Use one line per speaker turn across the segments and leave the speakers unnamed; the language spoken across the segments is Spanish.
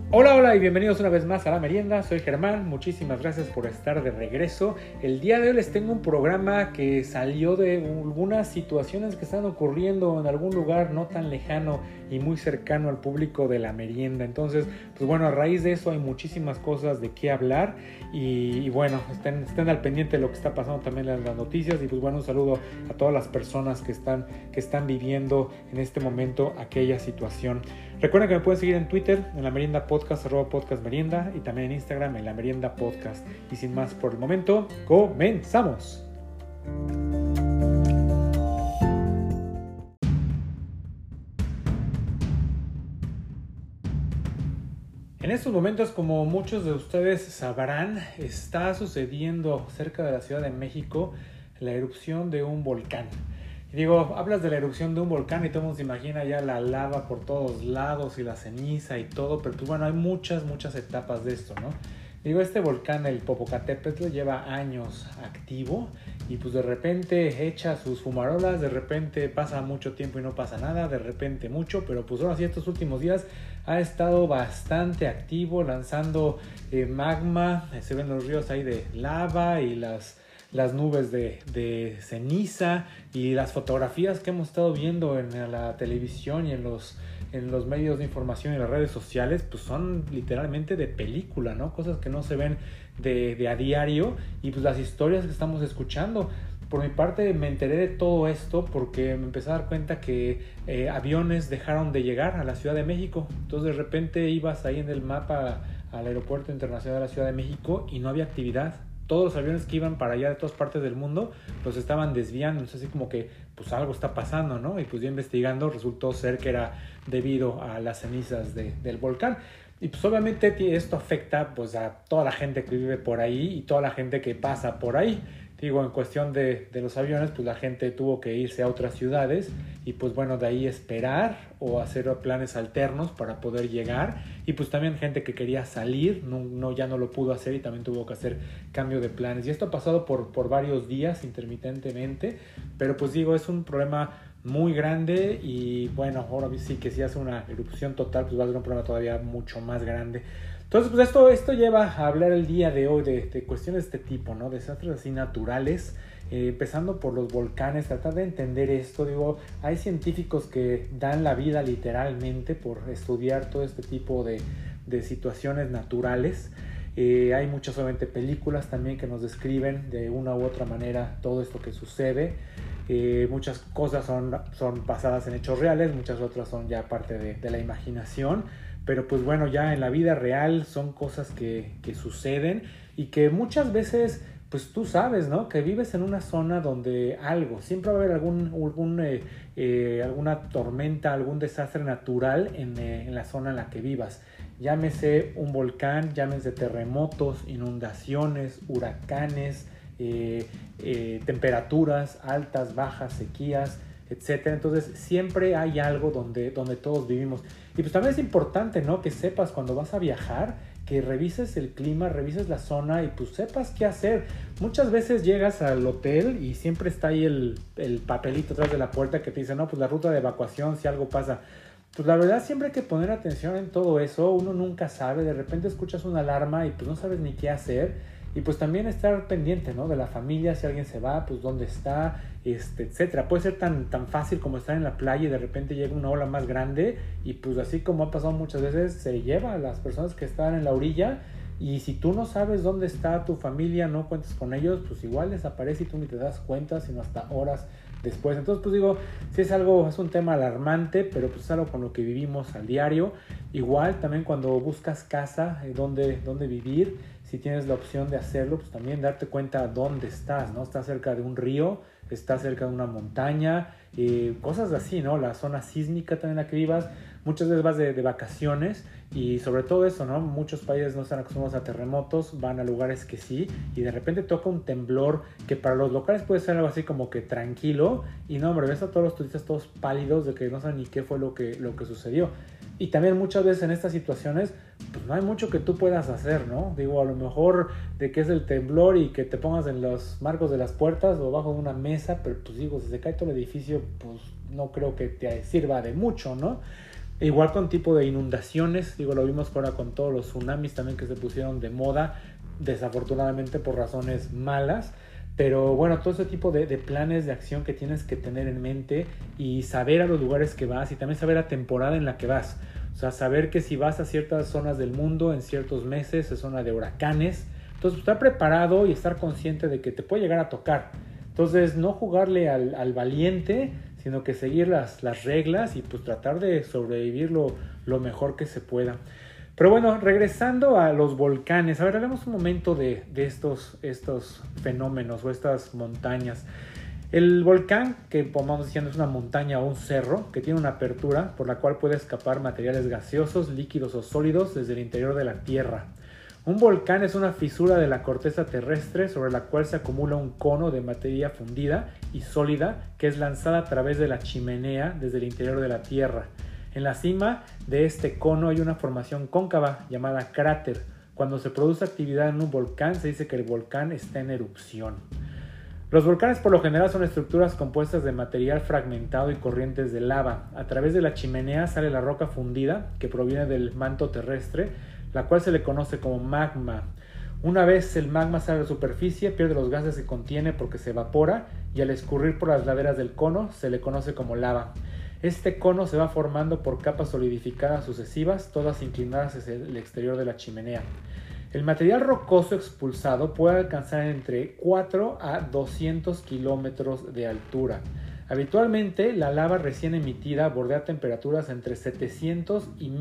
Hola, hola y bienvenidos una vez más a La Merienda. Soy Germán, muchísimas gracias por estar de regreso. El día de hoy les tengo un programa que salió de algunas situaciones que están ocurriendo en algún lugar no tan lejano y muy cercano al público de La Merienda. Entonces, pues bueno, a raíz de eso hay muchísimas cosas de qué hablar y bueno, estén al pendiente de lo que está pasando también en las noticias. Y pues bueno, un saludo a todas las personas que están viviendo en este momento aquella situación. Recuerden que me pueden seguir en Twitter, en La Merienda Podcast, @podcastmerienda, y también en Instagram, en La Merienda Podcast. Y sin más por el momento, comenzamos. En estos momentos, como muchos de ustedes sabrán, está sucediendo cerca de la Ciudad de México la erupción de un volcán. Y digo, hablas de la erupción de un volcán y todo el mundo se imagina ya la lava por todos lados y la ceniza y todo, pero pues bueno, hay muchas etapas de esto, ¿no? Digo, este volcán, el Popocatépetl, lleva años activo y pues de repente echa sus fumarolas, de repente pasa mucho tiempo y no pasa nada, de repente mucho, pero pues ahora sí estos últimos días ha estado bastante activo, lanzando magma, se ven los ríos ahí de lava y las nubes de ceniza, y las fotografías que hemos estado viendo en la televisión y en los medios de información y en las redes sociales, pues son literalmente de película, ¿no? Cosas que no se ven de a diario, y pues las historias que estamos escuchando. Por mi parte me enteré de todo esto porque me empecé a dar cuenta que aviones dejaron de llegar a la Ciudad de México. Entonces de repente ibas ahí en el mapa al Aeropuerto Internacional de la Ciudad de México y no había actividad. Todos los aviones que iban para allá de todas partes del mundo los estaban desviando. Entonces así como que pues algo está pasando, ¿no? Y pues ya investigando resultó ser que era debido a las cenizas del volcán. Y pues obviamente esto afecta pues a toda la gente que vive por ahí y toda la gente que pasa por ahí. Digo, en cuestión de los aviones, pues la gente tuvo que irse a otras ciudades y pues bueno, de ahí esperar o hacer planes alternos para poder llegar. Y pues también gente que quería salir, ya no lo pudo hacer y también tuvo que hacer cambio de planes. Y esto ha pasado por varios días intermitentemente, pero pues digo, es un problema muy grande y bueno, ahora sí que si hace una erupción total, pues va a ser un problema todavía mucho más grande. Entonces, pues esto lleva a hablar el día de hoy de cuestiones de este tipo, ¿no? Desastres así naturales, empezando por los volcanes, tratar de entender esto. Digo, hay científicos que dan la vida literalmente por estudiar todo este tipo de situaciones naturales. Hay muchas, obviamente, películas también que nos describen de una u otra manera todo esto que sucede. Muchas cosas son basadas en hechos reales, muchas otras son ya parte de la imaginación. Pero pues bueno, ya en la vida real son cosas que suceden y que muchas veces, pues tú sabes, ¿no? Que vives en una zona donde siempre va a haber alguna tormenta, algún desastre natural en la zona en la que vivas. Llámese un volcán, llámese terremotos, inundaciones, huracanes, temperaturas altas, bajas, sequías, etcétera. Entonces siempre hay algo donde todos vivimos. Y pues también es importante, ¿no? Que sepas cuando vas a viajar, que revises el clima, revises la zona y pues sepas qué hacer. Muchas veces llegas al hotel y siempre está ahí el papelito atrás de la puerta que te dice, no, pues la ruta de evacuación si algo pasa. Pues la verdad siempre hay que poner atención en todo eso. Uno nunca sabe, de repente escuchas una alarma y pues no sabes ni qué hacer. Y pues también estar pendiente, ¿no? De la familia, si alguien se va, pues dónde está, etcétera. Puede ser tan fácil como estar en la playa y de repente llega una ola más grande y pues así como ha pasado muchas veces, se lleva a las personas que están en la orilla. Y si tú no sabes dónde está tu familia, no cuentas con ellos, pues igual desaparece y tú ni te das cuenta, sino hasta horas después. Entonces pues digo, sí es un tema alarmante, pero pues es algo con lo que vivimos al diario. Igual también cuando buscas casa, dónde vivir, si tienes la opción de hacerlo, pues también darte cuenta dónde estás, ¿no? Estás cerca de un río, estás cerca de una montaña, cosas así, ¿no? La zona sísmica también en la que vivas. Muchas veces vas de vacaciones y sobre todo eso, ¿no? Muchos países no están acostumbrados a terremotos, van a lugares que sí, y de repente toca un temblor que para los locales puede ser algo así como que tranquilo, y no, hombre, ves a todos los turistas todos pálidos de que no saben ni qué fue lo que sucedió. Y también muchas veces en estas situaciones, pues no hay mucho que tú puedas hacer, ¿no? Digo, a lo mejor de que es el temblor y que te pongas en los marcos de las puertas o bajo de una mesa, pero pues digo, si se cae todo el edificio, pues no creo que te sirva de mucho, ¿no? E igual con tipo de inundaciones, digo, lo vimos ahora con todos los tsunamis también que se pusieron de moda, desafortunadamente por razones malas. Pero bueno, todo ese tipo de planes de acción que tienes que tener en mente y saber a los lugares que vas y también saber la temporada en la que vas. O sea, saber que si vas a ciertas zonas del mundo en ciertos meses, es zona de huracanes. Entonces, estar preparado y estar consciente de que te puede llegar a tocar. Entonces, no jugarle al valiente, sino que seguir las reglas y pues tratar de sobrevivir lo mejor que se pueda. Pero bueno, regresando a los volcanes, a ver, hablemos un momento de estos fenómenos o estas montañas. El volcán, que vamos diciendo es una montaña o un cerro, que tiene una apertura por la cual puede escapar materiales gaseosos, líquidos o sólidos desde el interior de la Tierra. Un volcán es una fisura de la corteza terrestre sobre la cual se acumula un cono de materia fundida y sólida que es lanzada a través de la chimenea desde el interior de la Tierra. En la cima de este cono hay una formación cóncava llamada cráter. Cuando se produce actividad en un volcán se dice que el volcán está en erupción. Los volcanes por lo general son estructuras compuestas de material fragmentado y corrientes de lava. A través de la chimenea sale la roca fundida que proviene del manto terrestre, la cual se le conoce como magma. Una vez el magma sale a la superficie, pierde los gases que contiene porque se evapora y al escurrir por las laderas del cono se le conoce como lava. Este cono se va formando por capas solidificadas sucesivas, todas inclinadas hacia el exterior de la chimenea. El material rocoso expulsado puede alcanzar entre 4 a 200 kilómetros de altura. Habitualmente, la lava recién emitida bordea temperaturas entre 700 y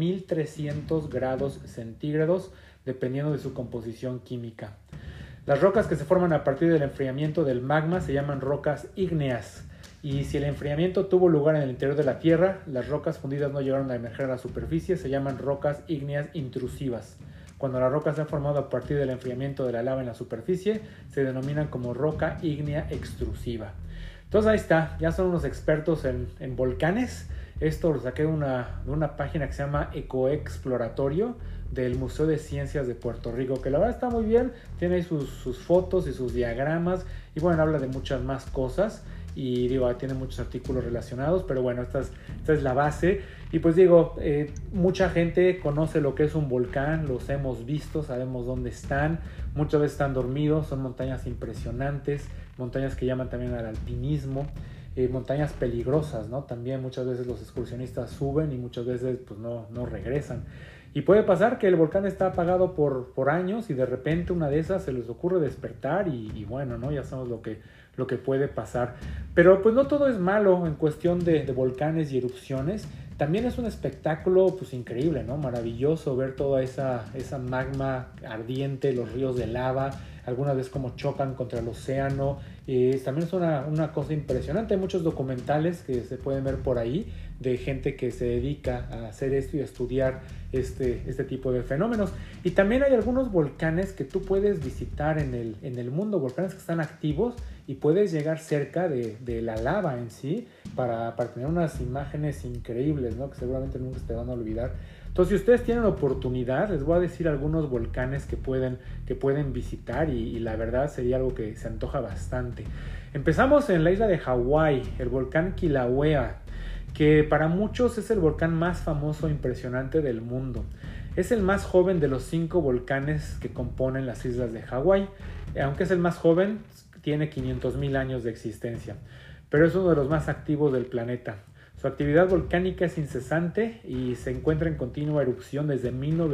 1300 grados centígrados, dependiendo de su composición química. Las rocas que se forman a partir del enfriamiento del magma se llaman rocas ígneas. Y si el enfriamiento tuvo lugar en el interior de la Tierra, las rocas fundidas no llegaron a emerger a la superficie, se llaman rocas ígneas intrusivas. Cuando las rocas se han formado a partir del enfriamiento de la lava en la superficie, se denominan como roca ígnea extrusiva. Entonces ahí está, ya son unos expertos en volcanes. Esto lo saqué de una página que se llama Ecoexploratorio del Museo de Ciencias de Puerto Rico, que la verdad está muy bien, tiene ahí sus fotos y sus diagramas y bueno, habla de muchas más cosas. Y digo, tiene muchos artículos relacionados, pero bueno, esta es la base. Y pues digo, mucha gente conoce lo que es un volcán, los hemos visto, sabemos dónde están, muchas veces están dormidos, son montañas impresionantes, montañas que llaman también al alpinismo, montañas peligrosas, ¿no? También muchas veces los excursionistas suben y muchas veces pues no regresan. Y puede pasar que el volcán está apagado por años y de repente una de esas se les ocurre despertar y bueno, ¿no? Ya sabemos lo que puede pasar. Pero pues no todo es malo en cuestión de volcanes y erupciones. También es un espectáculo pues increíble, ¿no? Maravilloso ver toda esa magma ardiente, los ríos de lava, algunas veces como chocan contra el océano. También es una cosa impresionante. Hay muchos documentales que se pueden ver por ahí de gente que se dedica a hacer esto y a estudiar este tipo de fenómenos. Y también hay algunos volcanes que tú puedes visitar en el mundo, volcanes que están activos y puedes llegar cerca de la lava en sí para tener unas imágenes increíbles, ¿no? Que seguramente nunca te van a olvidar. Entonces, si ustedes tienen oportunidad, les voy a decir algunos volcanes que pueden visitar y la verdad sería algo que se antoja bastante. Empezamos en la isla de Hawái, el volcán Kilauea, que para muchos es el volcán más famoso e impresionante del mundo. Es el más joven de los 5 volcanes que componen las islas de Hawái. Aunque es el más joven, tiene 500,000 años de existencia, pero es uno de los más activos del planeta. Su actividad volcánica es incesante y se encuentra en continua erupción desde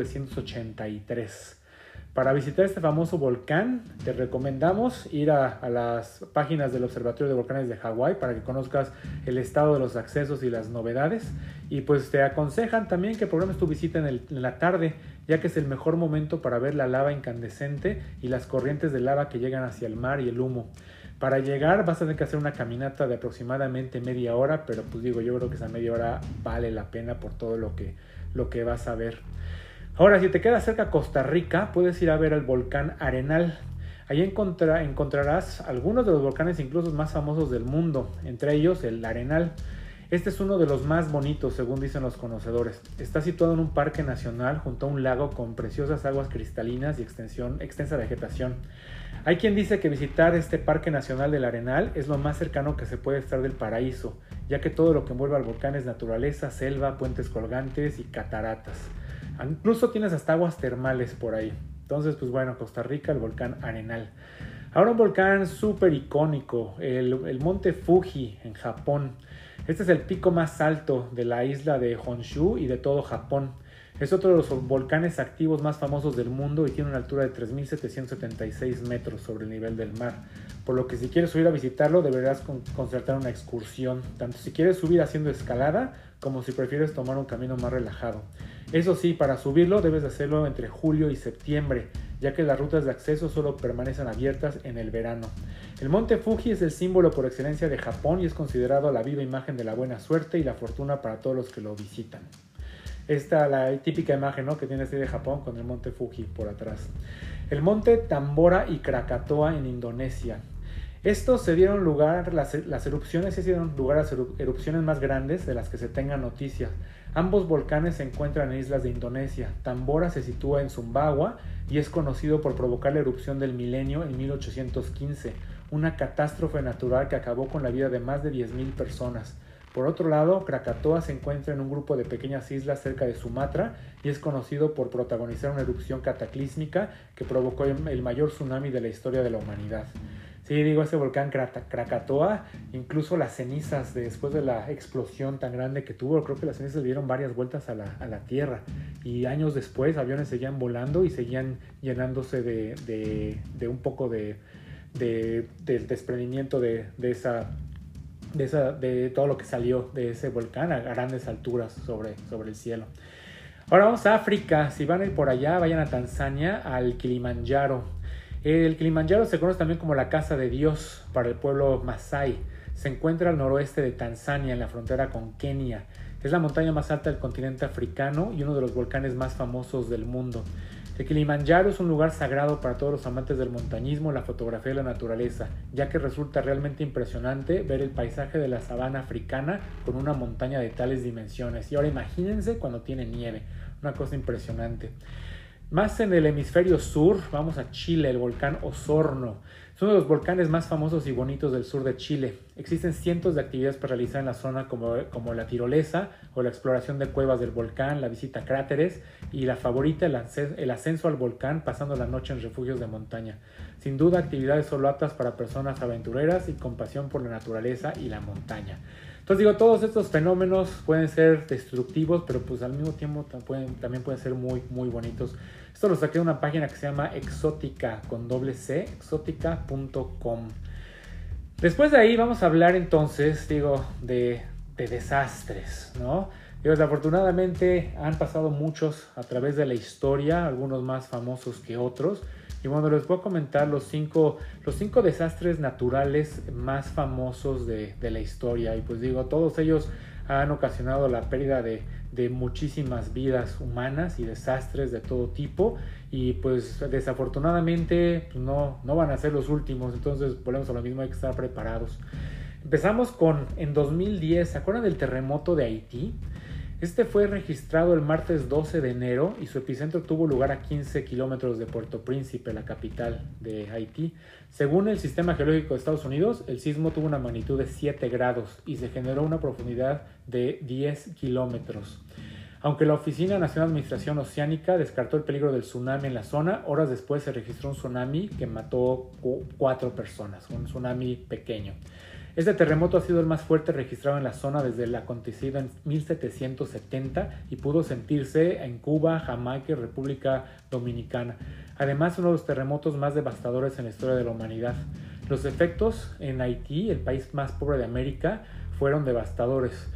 1983. Para visitar este famoso volcán, te recomendamos ir a las páginas del Observatorio de Volcanes de Hawái para que conozcas el estado de los accesos y las novedades. Y pues te aconsejan también que programes tu visita en la tarde, ya que es el mejor momento para ver la lava incandescente y las corrientes de lava que llegan hacia el mar y el humo. Para llegar vas a tener que hacer una caminata de aproximadamente media hora, pero pues digo, yo creo que esa media hora vale la pena por todo lo que vas a ver. Ahora, si te quedas cerca de Costa Rica, puedes ir a ver el volcán Arenal. Allí encontrarás algunos de los volcanes incluso más famosos del mundo, entre ellos el Arenal. Este es uno de los más bonitos, según dicen los conocedores. Está situado en un parque nacional junto a un lago con preciosas aguas cristalinas y extensa vegetación. Hay quien dice que visitar este Parque Nacional del Arenal es lo más cercano que se puede estar del paraíso, ya que todo lo que envuelve al volcán es naturaleza, selva, puentes colgantes y cataratas. Incluso tienes hasta aguas termales por ahí. Entonces, pues bueno, Costa Rica, el volcán Arenal. Ahora un volcán súper icónico, el monte Fuji en Japón. Este es el pico más alto de la isla de Honshu y de todo Japón. Es otro de los volcanes activos más famosos del mundo y tiene una altura de 3.776 metros sobre el nivel del mar. Por lo que si quieres subir a visitarlo deberás concertar una excursión, tanto si quieres subir haciendo escalada como si prefieres tomar un camino más relajado. Eso sí, para subirlo debes hacerlo entre julio y septiembre, ya que las rutas de acceso solo permanecen abiertas en el verano. El monte Fuji es el símbolo por excelencia de Japón y es considerado la viva imagen de la buena suerte y la fortuna para todos los que lo visitan. Esta la típica imagen, ¿no?, que tiene de Japón con el monte Fuji por atrás. El monte Tambora y Krakatoa en Indonesia. Estos se dieron lugar, las erupciones se dieron lugar a erupciones más grandes de las que se tenga noticia. Ambos volcanes se encuentran en islas de Indonesia. Tambora se sitúa en Sumbawa y es conocido por provocar la erupción del milenio en 1815, una catástrofe natural que acabó con la vida de más de 10.000 personas. Por otro lado, Krakatoa se encuentra en un grupo de pequeñas islas cerca de Sumatra y es conocido por protagonizar una erupción cataclísmica que provocó el mayor tsunami de la historia de la humanidad. Sí, digo, ese volcán Krakatoa, incluso las cenizas después de la explosión tan grande que tuvo, creo que las cenizas dieron varias vueltas a la Tierra y años después aviones seguían volando y seguían llenándose de un poco del desprendimiento de todo lo que salió de ese volcán a grandes alturas sobre el cielo. Ahora vamos a África. Si van a ir por allá, vayan a Tanzania, al Kilimanjaro. El Kilimanjaro se conoce también como la casa de Dios para el pueblo Masái. Se encuentra al noroeste de Tanzania, en la frontera con Kenia. Es la montaña más alta del continente africano y uno de los volcanes más famosos del mundo. El Kilimanjaro es un lugar sagrado para todos los amantes del montañismo, la fotografía y la naturaleza, ya que resulta realmente impresionante ver el paisaje de la sabana africana con una montaña de tales dimensiones. Y ahora imagínense cuando tiene nieve, una cosa impresionante. Más en el hemisferio sur, vamos a Chile, el volcán Osorno. Es uno de los volcanes más famosos y bonitos del sur de Chile. Existen cientos de actividades para realizar en la zona como la tirolesa o la exploración de cuevas del volcán, la visita a cráteres y la favorita, el ascenso al volcán pasando la noche en refugios de montaña. Sin duda, actividades solo aptas para personas aventureras y con pasión por la naturaleza y la montaña. Entonces digo, todos estos fenómenos pueden ser destructivos, pero pues al mismo tiempo también pueden ser muy, muy bonitos. Esto lo saqué de una página que se llama Exotica, con doble C, exotica.com. Después de ahí vamos a hablar entonces, de desastres, ¿no? Desafortunadamente han pasado muchos a través de la historia, algunos más famosos que otros. Y bueno, les voy a comentar los cinco desastres naturales más famosos de la historia. Y pues todos ellos han ocasionado la pérdida de muchísimas vidas humanas y desastres de todo tipo. Y pues desafortunadamente no van a ser los últimos. Entonces volvemos a lo mismo, hay que estar preparados. Empezamos en 2010, ¿se acuerdan del terremoto de Haití? Este fue registrado el martes 12 de enero y su epicentro tuvo lugar a 15 kilómetros de Puerto Príncipe, la capital de Haití. Según el Sistema Geológico de Estados Unidos, el sismo tuvo una magnitud de 7 grados y se generó una profundidad de 10 kilómetros. Aunque la Oficina Nacional de Administración Oceánica descartó el peligro del tsunami en la zona, horas después se registró un tsunami que mató 4 personas, un tsunami pequeño. Este terremoto ha sido el más fuerte registrado en la zona desde el acontecido en 1770 y pudo sentirse en Cuba, Jamaica y República Dominicana. Además, uno de los terremotos más devastadores en la historia de la humanidad. Los efectos en Haití, el país más pobre de América, fueron devastadores.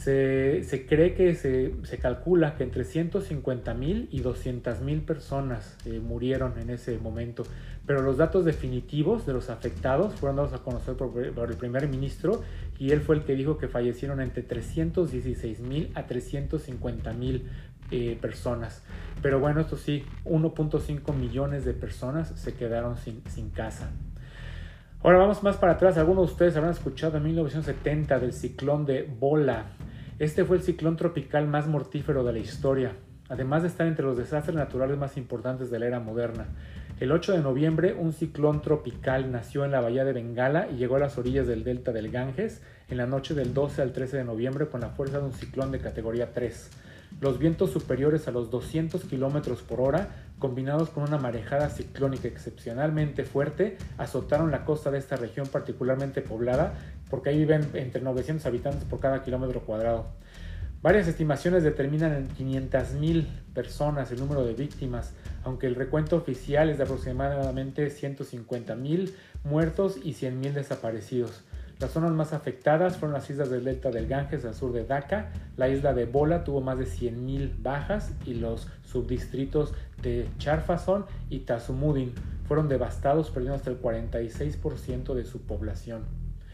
Se cree que se calcula que entre 150,000 y 200,000 personas murieron en ese momento, pero los datos definitivos de los afectados fueron dados a conocer por el primer ministro y él fue el que dijo que fallecieron entre 316,000 a 350,000 personas. Pero bueno, esto sí, 1.5 millones de personas se quedaron sin casa. Ahora vamos más para atrás. Algunos de ustedes habrán escuchado en 1970 del ciclón de Bola. Este fue el ciclón tropical más mortífero de la historia, además de estar entre los desastres naturales más importantes de la era moderna. El 8 de noviembre, un ciclón tropical nació en la bahía de Bengala y llegó a las orillas del delta del Ganges en la noche del 12 al 13 de noviembre con la fuerza de un ciclón de categoría 3. Los vientos superiores a los 200 km por hora, combinados con una marejada ciclónica excepcionalmente fuerte, azotaron la costa de esta región particularmente poblada, porque ahí viven entre 900 habitantes por cada kilómetro cuadrado. Varias estimaciones determinan en 500,000 personas el número de víctimas, aunque el recuento oficial es de aproximadamente 150,000 muertos y 100,000 desaparecidos. Las zonas más afectadas fueron las islas del delta del Ganges al sur de Dhaka. La isla de Bola tuvo más de 100,000 bajas y los subdistritos de Charfason y Tazumuddin fueron devastados, perdiendo hasta el 46% de su población.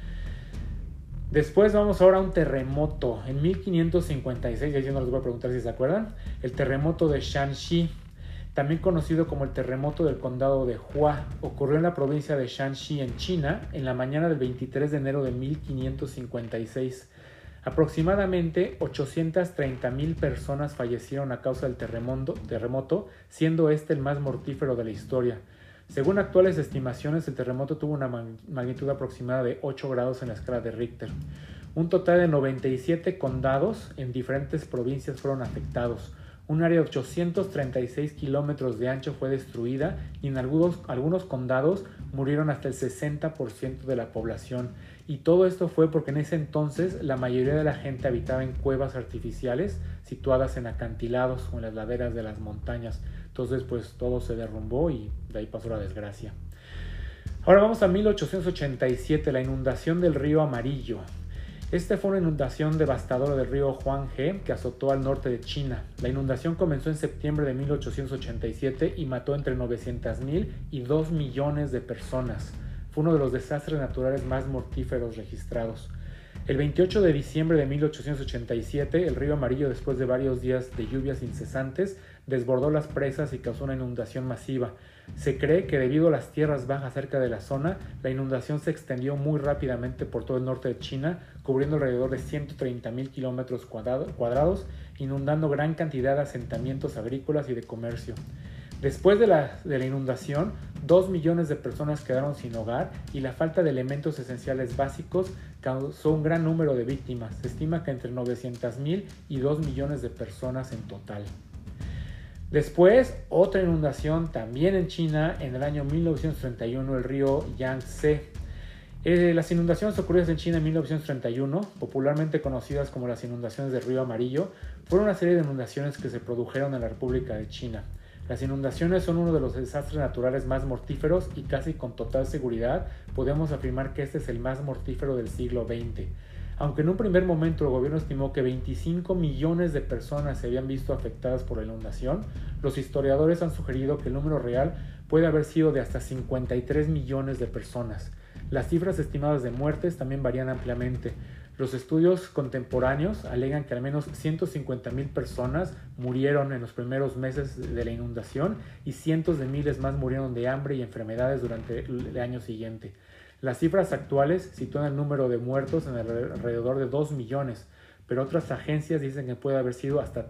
Después vamos ahora a un terremoto. En 1556, ya yo no les voy a preguntar si se acuerdan, el terremoto de Shanxi, también conocido como el terremoto del condado de Hua, ocurrió en la provincia de Shanxi, en China, en la mañana del 23 de enero de 1556. Aproximadamente 830,000 personas fallecieron a causa del terremoto, siendo este el más mortífero de la historia. Según actuales estimaciones, el terremoto tuvo una magnitud aproximada de 8 grados en la escala de Richter. Un total de 97 condados en diferentes provincias fueron afectados. Un área de 836 kilómetros de ancho fue destruida y en algunos condados murieron hasta el 60% de la población. Y todo esto fue porque en ese entonces la mayoría de la gente habitaba en cuevas artificiales situadas en acantilados o en las laderas de las montañas. Entonces pues todo se derrumbó y de ahí pasó la desgracia. Ahora vamos a 1887, la inundación del río Amarillo. Esta fue una inundación devastadora del río Huanghe que azotó al norte de China. La inundación comenzó en septiembre de 1887 y mató entre 900,000 y 2 millones de personas. Fue uno de los desastres naturales más mortíferos registrados. El 28 de diciembre de 1887, el río Amarillo, después de varios días de lluvias incesantes, desbordó las presas y causó una inundación masiva. Se cree que debido a las tierras bajas cerca de la zona, la inundación se extendió muy rápidamente por todo el norte de China, cubriendo alrededor de 130,000 kilómetros cuadrados, inundando gran cantidad de asentamientos agrícolas y de comercio. Después de la inundación, 2 millones de personas quedaron sin hogar y la falta de elementos esenciales básicos causó un gran número de víctimas. Se estima que entre 900,000 y 2 millones de personas en total. Después, otra inundación también en China en el año 1931, el río Yangtze. Las inundaciones ocurridas en China en 1931, popularmente conocidas como las inundaciones del río Amarillo, fueron una serie de inundaciones que se produjeron en la República de China. Las inundaciones son uno de los desastres naturales más mortíferos y casi con total seguridad podemos afirmar que este es el más mortífero del siglo XX. Aunque en un primer momento el gobierno estimó que 25 millones de personas se habían visto afectadas por la inundación, los historiadores han sugerido que el número real puede haber sido de hasta 53 millones de personas. Las cifras estimadas de muertes también varían ampliamente. Los estudios contemporáneos alegan que al menos 150,000 personas murieron en los primeros meses de la inundación y cientos de miles más murieron de hambre y enfermedades durante el año siguiente. Las cifras actuales sitúan el número de muertos en alrededor de 2 millones, pero otras agencias dicen que puede haber sido hasta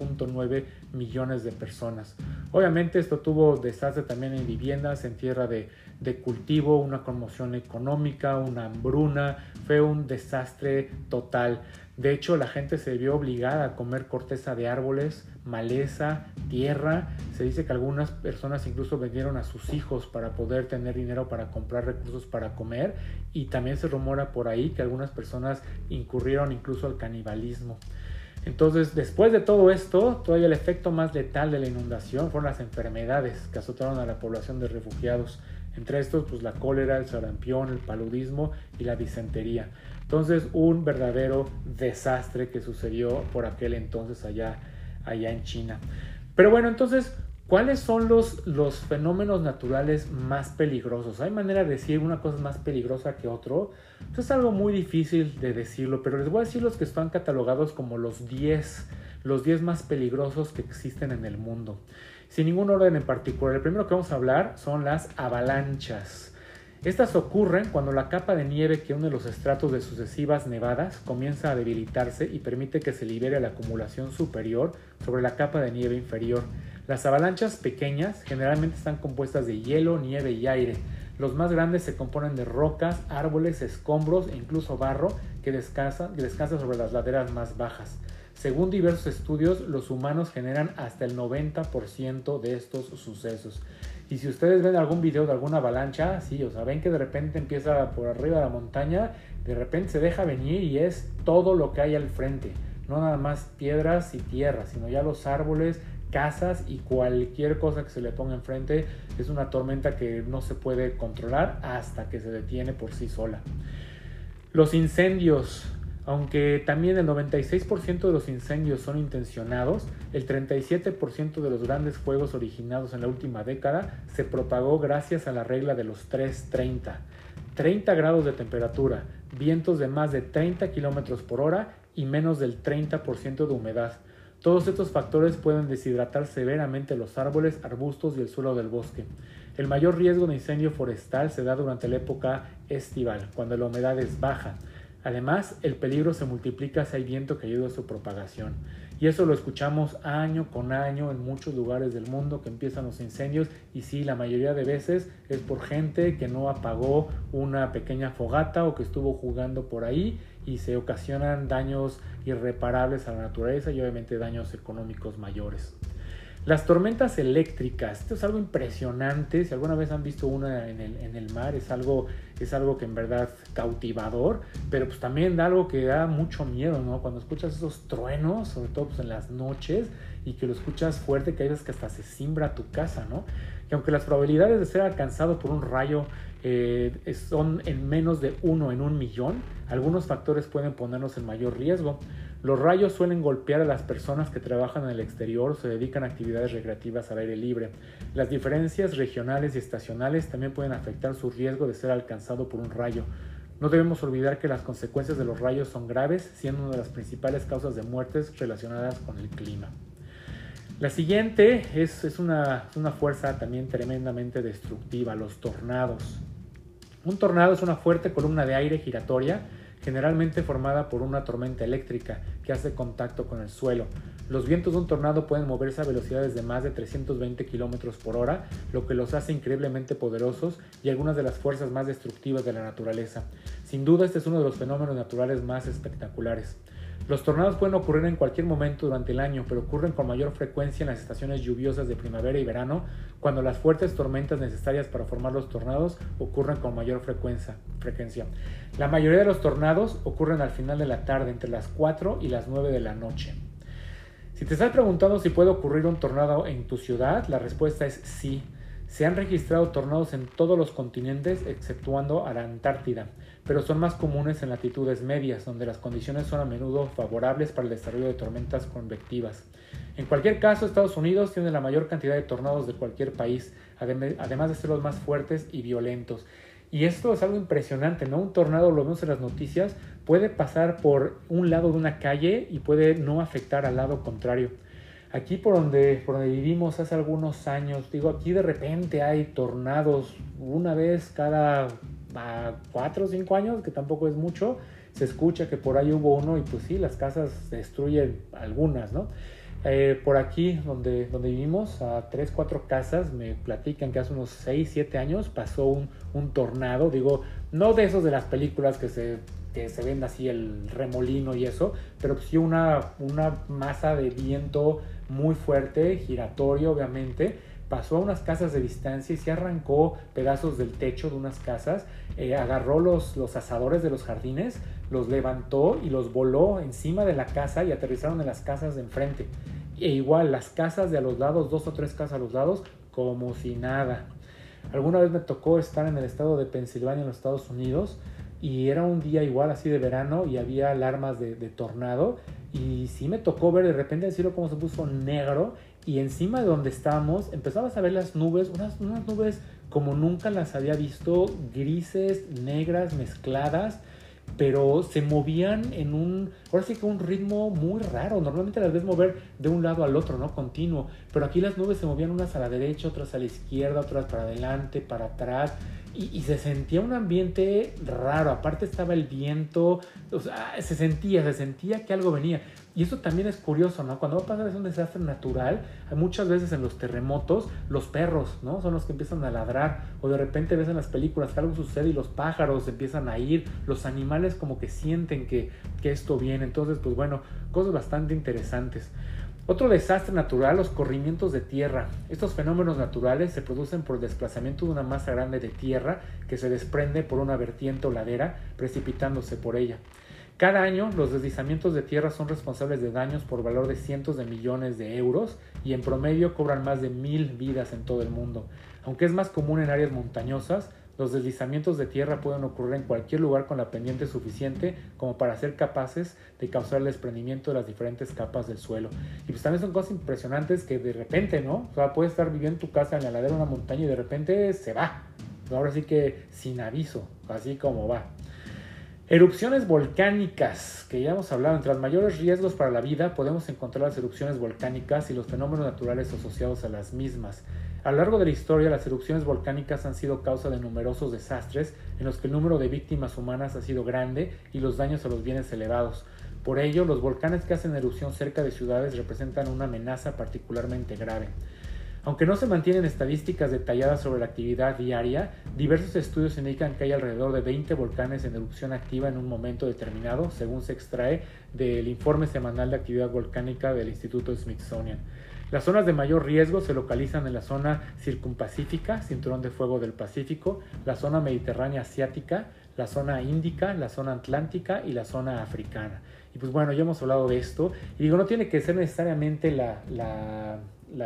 3.9 millones de personas. Obviamente esto tuvo desastre también en viviendas, en tierra de cultivo, una conmoción económica, una hambruna, fue un desastre total. De hecho, la gente se vio obligada a comer corteza de árboles, maleza, tierra. Se dice que algunas personas incluso vendieron a sus hijos para poder tener dinero para comprar recursos para comer, y también se rumora por ahí que algunas personas incurrieron incluso al canibalismo. Entonces, después de todo esto, todavía el efecto más letal de la inundación fueron las enfermedades que azotaron a la población de refugiados. Entre estos, pues la cólera, el sarampión, el paludismo y la disentería. Entonces, un verdadero desastre que sucedió por aquel entonces allá en China. Pero bueno, entonces, ¿cuáles son los fenómenos naturales más peligrosos? ¿Hay manera de decir una cosa es más peligrosa que otro? Esto es algo muy difícil de decirlo, pero les voy a decir los que están catalogados como los 10 más peligrosos que existen en el mundo. Sin ningún orden en particular. El primero que vamos a hablar son las avalanchas. Estas ocurren cuando la capa de nieve que une los estratos de sucesivas nevadas comienza a debilitarse y permite que se libere la acumulación superior sobre la capa de nieve inferior. Las avalanchas pequeñas generalmente están compuestas de hielo, nieve y aire. Los más grandes se componen de rocas, árboles, escombros e incluso barro que descansa sobre las laderas más bajas. Según diversos estudios, los humanos generan hasta el 90% de estos sucesos. Y si ustedes ven algún video de alguna avalancha, sí, o sea, ven que de repente empieza por arriba de la montaña, de repente se deja venir y es todo lo que hay al frente. No nada más piedras y tierra, sino ya los árboles, casas y cualquier cosa que se le ponga enfrente. Es una tormenta que no se puede controlar hasta que se detiene por sí sola. Los incendios. Aunque también el 96% de los incendios son intencionados, el 37% de los grandes fuegos originados en la última década se propagó gracias a la regla de los 330. 30 grados de temperatura, vientos de más de 30 km por hora y menos del 30% de humedad. Todos estos factores pueden deshidratar severamente los árboles, arbustos y el suelo del bosque. El mayor riesgo de incendio forestal se da durante la época estival, cuando la humedad es baja. Además, el peligro se multiplica si hay viento que ayuda a su propagación. Y eso lo escuchamos año con año en muchos lugares del mundo que empiezan los incendios. Y sí, la mayoría de veces es por gente que no apagó una pequeña fogata o que estuvo jugando por ahí y se ocasionan daños irreparables a la naturaleza y obviamente daños económicos mayores. Las tormentas eléctricas, esto es algo impresionante. Si alguna vez han visto una en el mar, es algo que en verdad cautivador, pero pues también da algo que da mucho miedo, ¿no? Cuando escuchas esos truenos, sobre todo pues en las noches, y que lo escuchas fuerte, que hay veces que hasta se cimbra tu casa, ¿no? Que aunque las probabilidades de ser alcanzado por un rayo son en menos de 1 en 1.000.000, algunos factores pueden ponernos en mayor riesgo. Los rayos suelen golpear a las personas que trabajan en el exterior o se dedican a actividades recreativas al aire libre. Las diferencias regionales y estacionales también pueden afectar su riesgo de ser alcanzado por un rayo. No debemos olvidar que las consecuencias de los rayos son graves, siendo una de las principales causas de muertes relacionadas con el clima. La siguiente es una fuerza también tremendamente destructiva, los tornados. Un tornado es una fuerte columna de aire giratoria, generalmente formada por una tormenta eléctrica que hace contacto con el suelo. Los vientos de un tornado pueden moverse a velocidades de más de 320 km por hora, lo que los hace increíblemente poderosos y algunas de las fuerzas más destructivas de la naturaleza. Sin duda, este es uno de los fenómenos naturales más espectaculares. Los tornados pueden ocurrir en cualquier momento durante el año, pero ocurren con mayor frecuencia en las estaciones lluviosas de primavera y verano, cuando las fuertes tormentas necesarias para formar los tornados ocurren con mayor frecuencia. La mayoría de los tornados ocurren al final de la tarde, entre las 4 y las 9 de la noche. Si te estás preguntando si puede ocurrir un tornado en tu ciudad, la respuesta es sí. Se han registrado tornados en todos los continentes exceptuando a la Antártida, pero son más comunes en latitudes medias, donde las condiciones son a menudo favorables para el desarrollo de tormentas convectivas. En cualquier caso, Estados Unidos tiene la mayor cantidad de tornados de cualquier país, además de ser los más fuertes y violentos. Y esto es algo impresionante, ¿no? Un tornado, lo vemos en las noticias, puede pasar por un lado de una calle y puede no afectar al lado contrario. Aquí por donde vivimos hace algunos años, aquí de repente hay tornados una vez cada 4 o 5 años, que tampoco es mucho. Se escucha que por ahí hubo uno y pues sí, las casas se destruyen algunas, ¿no? Por aquí donde vivimos, a 3-4 casas, me platican que hace unos 6-7 años pasó un tornado, no de esos de las películas que se ven así el remolino y eso, pero sí una masa de viento muy fuerte, giratorio obviamente, pasó a unas casas de distancia y se arrancó pedazos del techo de unas casas, agarró los asadores de los jardines, los levantó y los voló encima de la casa y aterrizaron en las casas de enfrente. E igual las casas de a los lados, 2 o 3 casas a los lados, como si nada. Alguna vez me tocó estar en el estado de Pensilvania, en los Estados Unidos, y era un día igual así de verano y había alarmas de tornado, y sí me tocó ver de repente el cielo como se puso negro, y encima de donde estábamos empezabas a ver las nubes, unas nubes como nunca las había visto, grises, negras, mezcladas, pero se movían ahora sí que un ritmo muy raro. Normalmente las ves mover de un lado al otro, ¿no? Continuo, pero aquí las nubes se movían unas a la derecha, otras a la izquierda, otras para adelante, para atrás, y se sentía un ambiente raro. Aparte estaba el viento, o sea, se sentía que algo venía. Y eso también es curioso, ¿no? Cuando va a pasar un desastre natural, hay muchas veces en los terremotos, los perros, ¿no? Son los que empiezan a ladrar, o de repente ves en las películas que algo sucede y los pájaros empiezan a ir, los animales como que sienten que esto viene. Entonces, pues bueno, cosas bastante interesantes. Otro desastre natural, los corrimientos de tierra. Estos fenómenos naturales se producen por el desplazamiento de una masa grande de tierra que se desprende por una vertiente o ladera, precipitándose por ella. Cada año, los deslizamientos de tierra son responsables de daños por valor de cientos de millones de euros y en promedio cobran más de 1000 vidas en todo el mundo. Aunque es más común en áreas montañosas, los deslizamientos de tierra pueden ocurrir en cualquier lugar con la pendiente suficiente como para ser capaces de causar el desprendimiento de las diferentes capas del suelo. Y pues también son cosas impresionantes que de repente, ¿no? O sea, puedes estar viviendo en tu casa en la ladera de una montaña y de repente se va. Ahora sí que sin aviso, así como va. Erupciones volcánicas, que ya hemos hablado. Entre los mayores riesgos para la vida podemos encontrar las erupciones volcánicas y los fenómenos naturales asociados a las mismas. A lo largo de la historia, las erupciones volcánicas han sido causa de numerosos desastres en los que el número de víctimas humanas ha sido grande y los daños a los bienes elevados. Por ello, los volcanes que hacen erupción cerca de ciudades representan una amenaza particularmente grave. Aunque no se mantienen estadísticas detalladas sobre la actividad diaria, diversos estudios indican que hay alrededor de 20 volcanes en erupción activa en un momento determinado, según se extrae del informe semanal de actividad volcánica del Instituto Smithsonian. Las zonas de mayor riesgo se localizan en la zona circumpacífica, cinturón de fuego del Pacífico, la zona mediterránea asiática, la zona índica, la zona atlántica y la zona africana. Y pues bueno, ya hemos hablado de esto. Y digo, no tiene que ser necesariamente la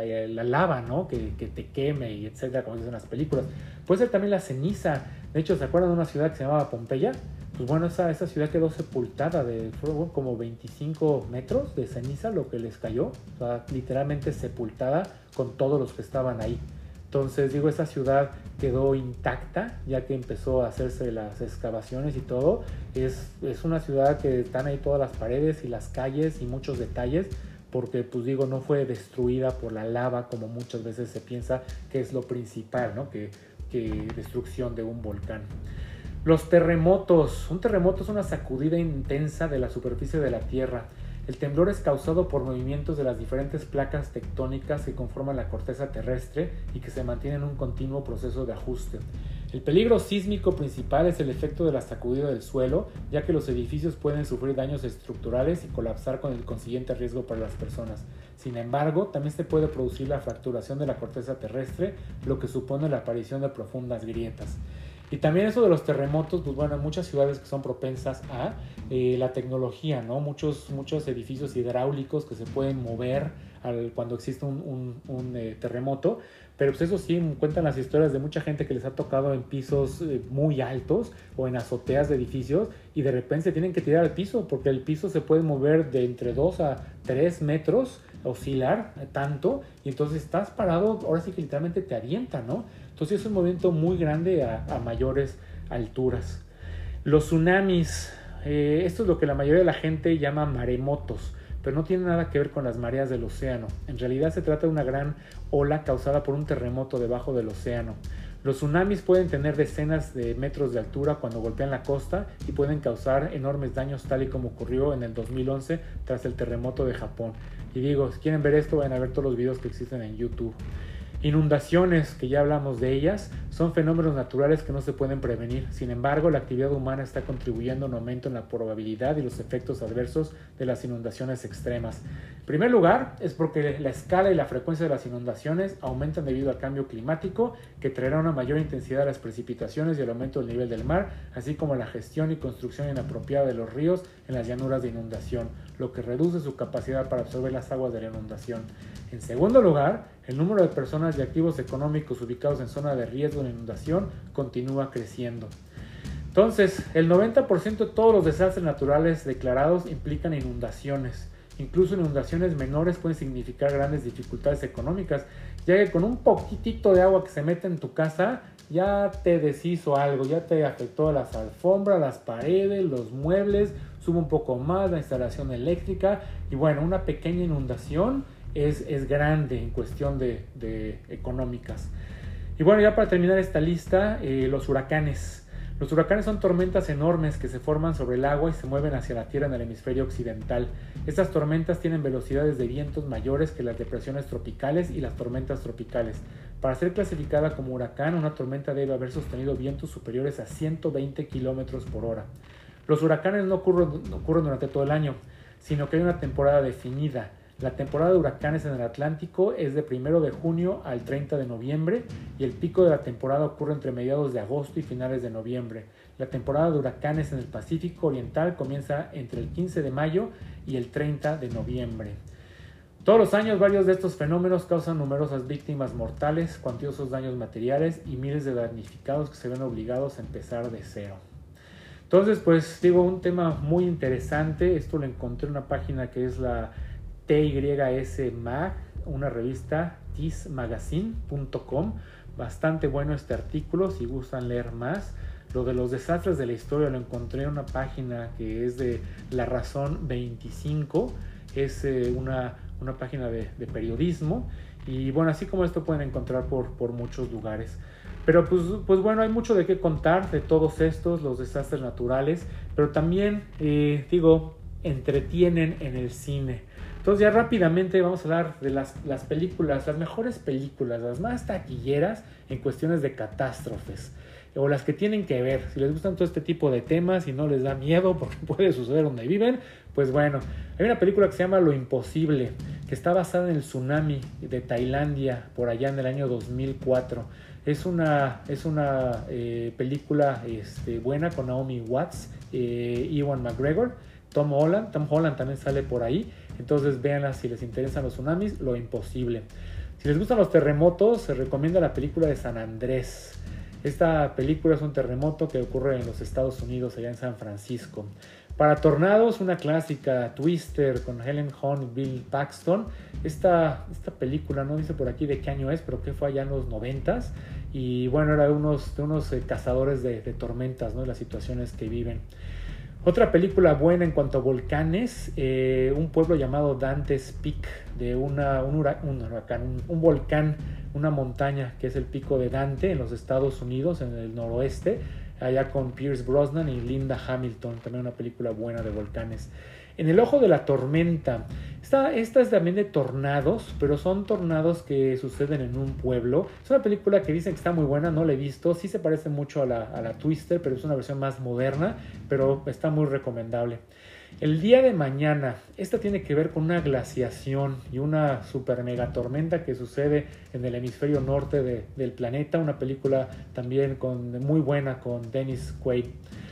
lava, ¿no? Que te queme y etcétera, como dicen en las películas. Puede ser también la ceniza. De hecho, ¿se acuerdan de una ciudad que se llamaba Pompeya? Pues bueno, esa ciudad quedó sepultada, fueron como 25 metros de ceniza lo que les cayó, o sea, literalmente sepultada con todos los que estaban ahí. Entonces, digo, esa ciudad quedó intacta, ya que empezó a hacerse las excavaciones y todo. Es una ciudad que están ahí todas las paredes y las calles y muchos detalles, porque, pues digo, no fue destruida por la lava como muchas veces se piensa que es lo principal, ¿no? Que destrucción de un volcán. Los terremotos. Un terremoto es una sacudida intensa de la superficie de la Tierra. El temblor es causado por movimientos de las diferentes placas tectónicas que conforman la corteza terrestre y que se mantienen en un continuo proceso de ajuste. El peligro sísmico principal es el efecto de la sacudida del suelo, ya que los edificios pueden sufrir daños estructurales y colapsar con el consiguiente riesgo para las personas. Sin embargo, también se puede producir la fracturación de la corteza terrestre, lo que supone la aparición de profundas grietas. Y también eso de los terremotos, pues bueno, hay muchas ciudades que son propensas a la tecnología, ¿no? Muchos edificios hidráulicos que se pueden mover cuando existe un terremoto. Pero pues eso sí, cuentan las historias de mucha gente que les ha tocado en pisos muy altos o en azoteas de edificios y de repente se tienen que tirar al piso porque el piso se puede mover de entre 2 a 3 metros, oscilar tanto, y entonces estás parado, ahora sí que literalmente te avienta, ¿no? Entonces es un movimiento muy grande a mayores alturas. Los tsunamis, esto es lo que la mayoría de la gente llama maremotos, pero no tiene nada que ver con las mareas del océano. En realidad se trata de una gran ola causada por un terremoto debajo del océano. Los tsunamis pueden tener decenas de metros de altura cuando golpean la costa y pueden causar enormes daños, tal y como ocurrió en el 2011 tras el terremoto de Japón. Y digo, si quieren ver esto, vayan a ver todos los videos que existen en YouTube. Inundaciones, que ya hablamos de ellas, son fenómenos naturales que no se pueden prevenir. Sin embargo, la actividad humana está contribuyendo a un aumento en la probabilidad y los efectos adversos de las inundaciones extremas. En primer lugar, es porque la escala y la frecuencia de las inundaciones aumentan debido al cambio climático, que traerá una mayor intensidad de las precipitaciones y el aumento del nivel del mar, así como la gestión y construcción inapropiada de los ríos en las llanuras de inundación, lo que reduce su capacidad para absorber las aguas de la inundación. En segundo lugar, el número de personas y activos económicos ubicados en zona de riesgo de inundación continúa creciendo. Entonces, el 90% de todos los desastres naturales declarados implican inundaciones. Incluso inundaciones menores pueden significar grandes dificultades económicas, ya que con un poquitito de agua que se mete en tu casa, ya te deshizo algo, ya te afectó las alfombras, las paredes, los muebles, sube un poco más la instalación eléctrica y bueno, una pequeña inundación es grande en cuestión de económicas. Y bueno, ya para terminar esta lista, los huracanes. Los huracanes son tormentas enormes que se forman sobre el agua y se mueven hacia la tierra en el hemisferio occidental. Estas tormentas tienen velocidades de vientos mayores que las depresiones tropicales y las tormentas tropicales. Para ser clasificada como huracán, una tormenta debe haber sostenido vientos superiores a 120 km por hora. Los huracanes no ocurren durante todo el año, sino que hay una temporada definida. La temporada de huracanes en el Atlántico es de 1 de junio al 30 de noviembre y el pico de la temporada ocurre entre mediados de agosto y finales de noviembre. La temporada de huracanes en el Pacífico Oriental comienza entre el 15 de mayo y el 30 de noviembre. Todos los años varios de estos fenómenos causan numerosas víctimas mortales, cuantiosos daños materiales y miles de damnificados que se ven obligados a empezar de cero. Entonces, pues digo, un tema muy interesante. Esto lo encontré en una página que es la TYS Mag, una revista tismagazine.com. Bastante bueno este artículo si gustan leer más. Lo de los desastres de la historia lo encontré en una página que es de La Razón 25. Es una página de periodismo. Y bueno, así como esto pueden encontrar por muchos lugares. Pero pues bueno, hay mucho de qué contar de todos estos, los desastres naturales. Pero también, entretienen en el cine. Entonces ya rápidamente vamos a hablar de las películas, las mejores películas, las más taquilleras en cuestiones de catástrofes, o las que tienen que ver. Si les gustan todo este tipo de temas y no les da miedo porque puede suceder donde viven, pues bueno, hay una película que se llama Lo Imposible, que está basada en el tsunami de Tailandia por allá en el año 2004. Es una película buena con Naomi Watts, Ewan McGregor, Tom Holland también sale por ahí. Entonces véanla si les interesan los tsunamis, Lo Imposible. Si les gustan los terremotos, se recomienda la película de San Andrés. Esta película es un terremoto que ocurre en los Estados Unidos, allá en San Francisco. Para tornados, una clásica, Twister, con Helen Hunt y Bill Paxton. Esta película, no dice por aquí de qué año es, pero que fue allá en los 90s. Y bueno, era de unos cazadores de tormentas, ¿no? Las situaciones que viven. Otra película buena en cuanto a volcanes, un pueblo llamado Dante's Peak, de un volcán, una montaña que es el Pico de Dante en los Estados Unidos, en el noroeste, allá con Pierce Brosnan y Linda Hamilton, también una película buena de volcanes. En el ojo de la tormenta, esta es también de tornados, pero son tornados que suceden en un pueblo. Es una película que dicen que está muy buena, no la he visto, sí se parece mucho a la Twister, pero es una versión más moderna, pero está muy recomendable. El día de mañana, esta tiene que ver con una glaciación y una super mega tormenta que sucede en el hemisferio norte del planeta, una película también muy buena con Dennis Quaid.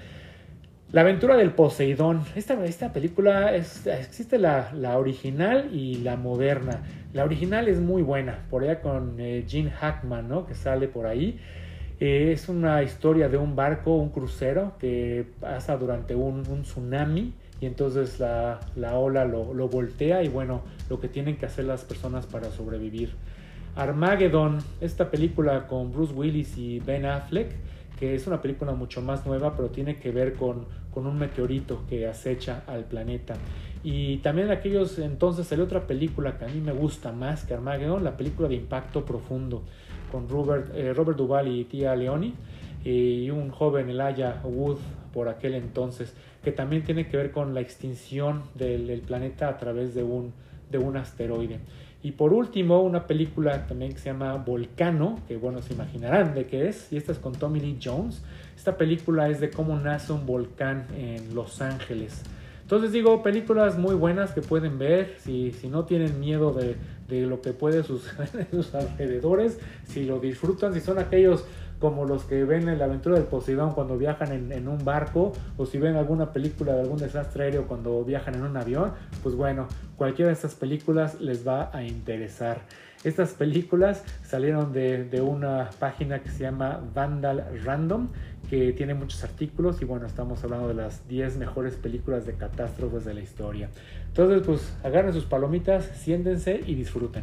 La aventura del Poseidón. Esta película existe la original y la moderna. La original es muy buena, por allá con Gene Hackman, ¿no? Que sale por ahí. Es una historia de un barco, un crucero, que pasa durante un tsunami y entonces la ola lo voltea y bueno, lo que tienen que hacer las personas para sobrevivir. Armageddon, esta película con Bruce Willis y Ben Affleck, que es una película mucho más nueva, pero tiene que ver con un meteorito que acecha al planeta. Y también en aquellos entonces salió otra película que a mí me gusta más que Armageddon, la película de Impacto Profundo, con Robert Duvall y Tia Leoni, y un joven Elijah Wood por aquel entonces, que también tiene que ver con la extinción del planeta a través de un asteroide. Y por último, una película también que se llama Volcano, que bueno, se imaginarán de qué es, y esta es con Tommy Lee Jones. Esta película es de cómo nace un volcán en Los Ángeles. Entonces digo, películas muy buenas que pueden ver, si no tienen miedo de lo que puede suceder en sus alrededores, si lo disfrutan, si son aquellos como los que ven en la aventura del Poseidón cuando viajan en un barco, o si ven alguna película de algún desastre aéreo cuando viajan en un avión, pues bueno, cualquiera de estas películas les va a interesar. Estas películas salieron de una página que se llama Vandal Random, que tiene muchos artículos y bueno, estamos hablando de las 10 mejores películas de catástrofes de la historia. Entonces, pues agarren sus palomitas, siéntense y disfruten.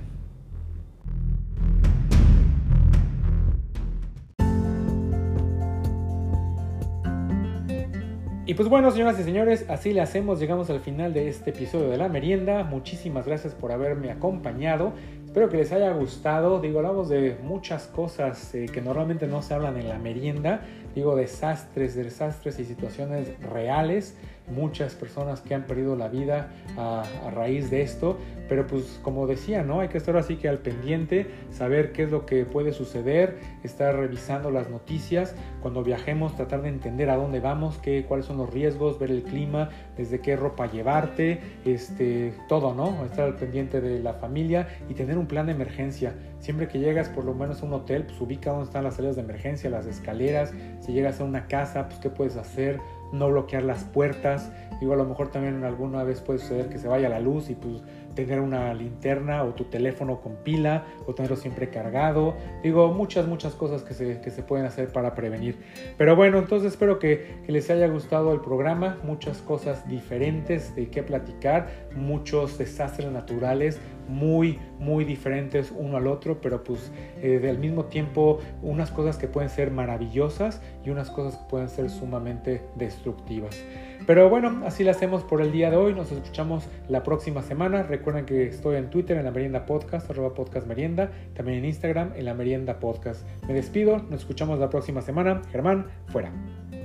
Y pues bueno, señoras y señores, así le hacemos, llegamos al final de este episodio de La Merienda. Muchísimas gracias por haberme acompañado. Espero que les haya gustado. Digo, hablamos de muchas cosas que normalmente no se hablan en la merienda. Digo, desastres y situaciones reales. Muchas personas que han perdido la vida a raíz de esto, pero pues como decía, ¿no? Hay que estar así que al pendiente, saber qué es lo que puede suceder, estar revisando las noticias, cuando viajemos tratar de entender a dónde vamos, cuáles son los riesgos, ver el clima, desde qué ropa llevarte, todo, ¿no? Estar al pendiente de la familia y tener un plan de emergencia. Siempre que llegas por lo menos a un hotel, pues ubica dónde están las salidas de emergencia, las escaleras. Si llegas a una casa, pues qué puedes hacer, no bloquear las puertas. Digo, a lo mejor también alguna vez puede suceder que se vaya la luz y pues tener una linterna o tu teléfono con pila o tenerlo siempre cargado. Digo, muchas cosas que se pueden hacer para prevenir. Pero bueno, entonces espero que les haya gustado el programa. Muchas cosas diferentes de qué platicar, muchos desastres naturales muy diferentes uno al otro, pero pues al mismo tiempo unas cosas que pueden ser maravillosas y unas cosas que pueden ser sumamente destructivas. Pero bueno, así lo hacemos por el día de hoy. Nos escuchamos la próxima semana. Recuerden que estoy en Twitter en La Merienda Podcast, @podcastmerienda, también en Instagram en La Merienda Podcast. Me despido, nos escuchamos la próxima semana. Germán, fuera.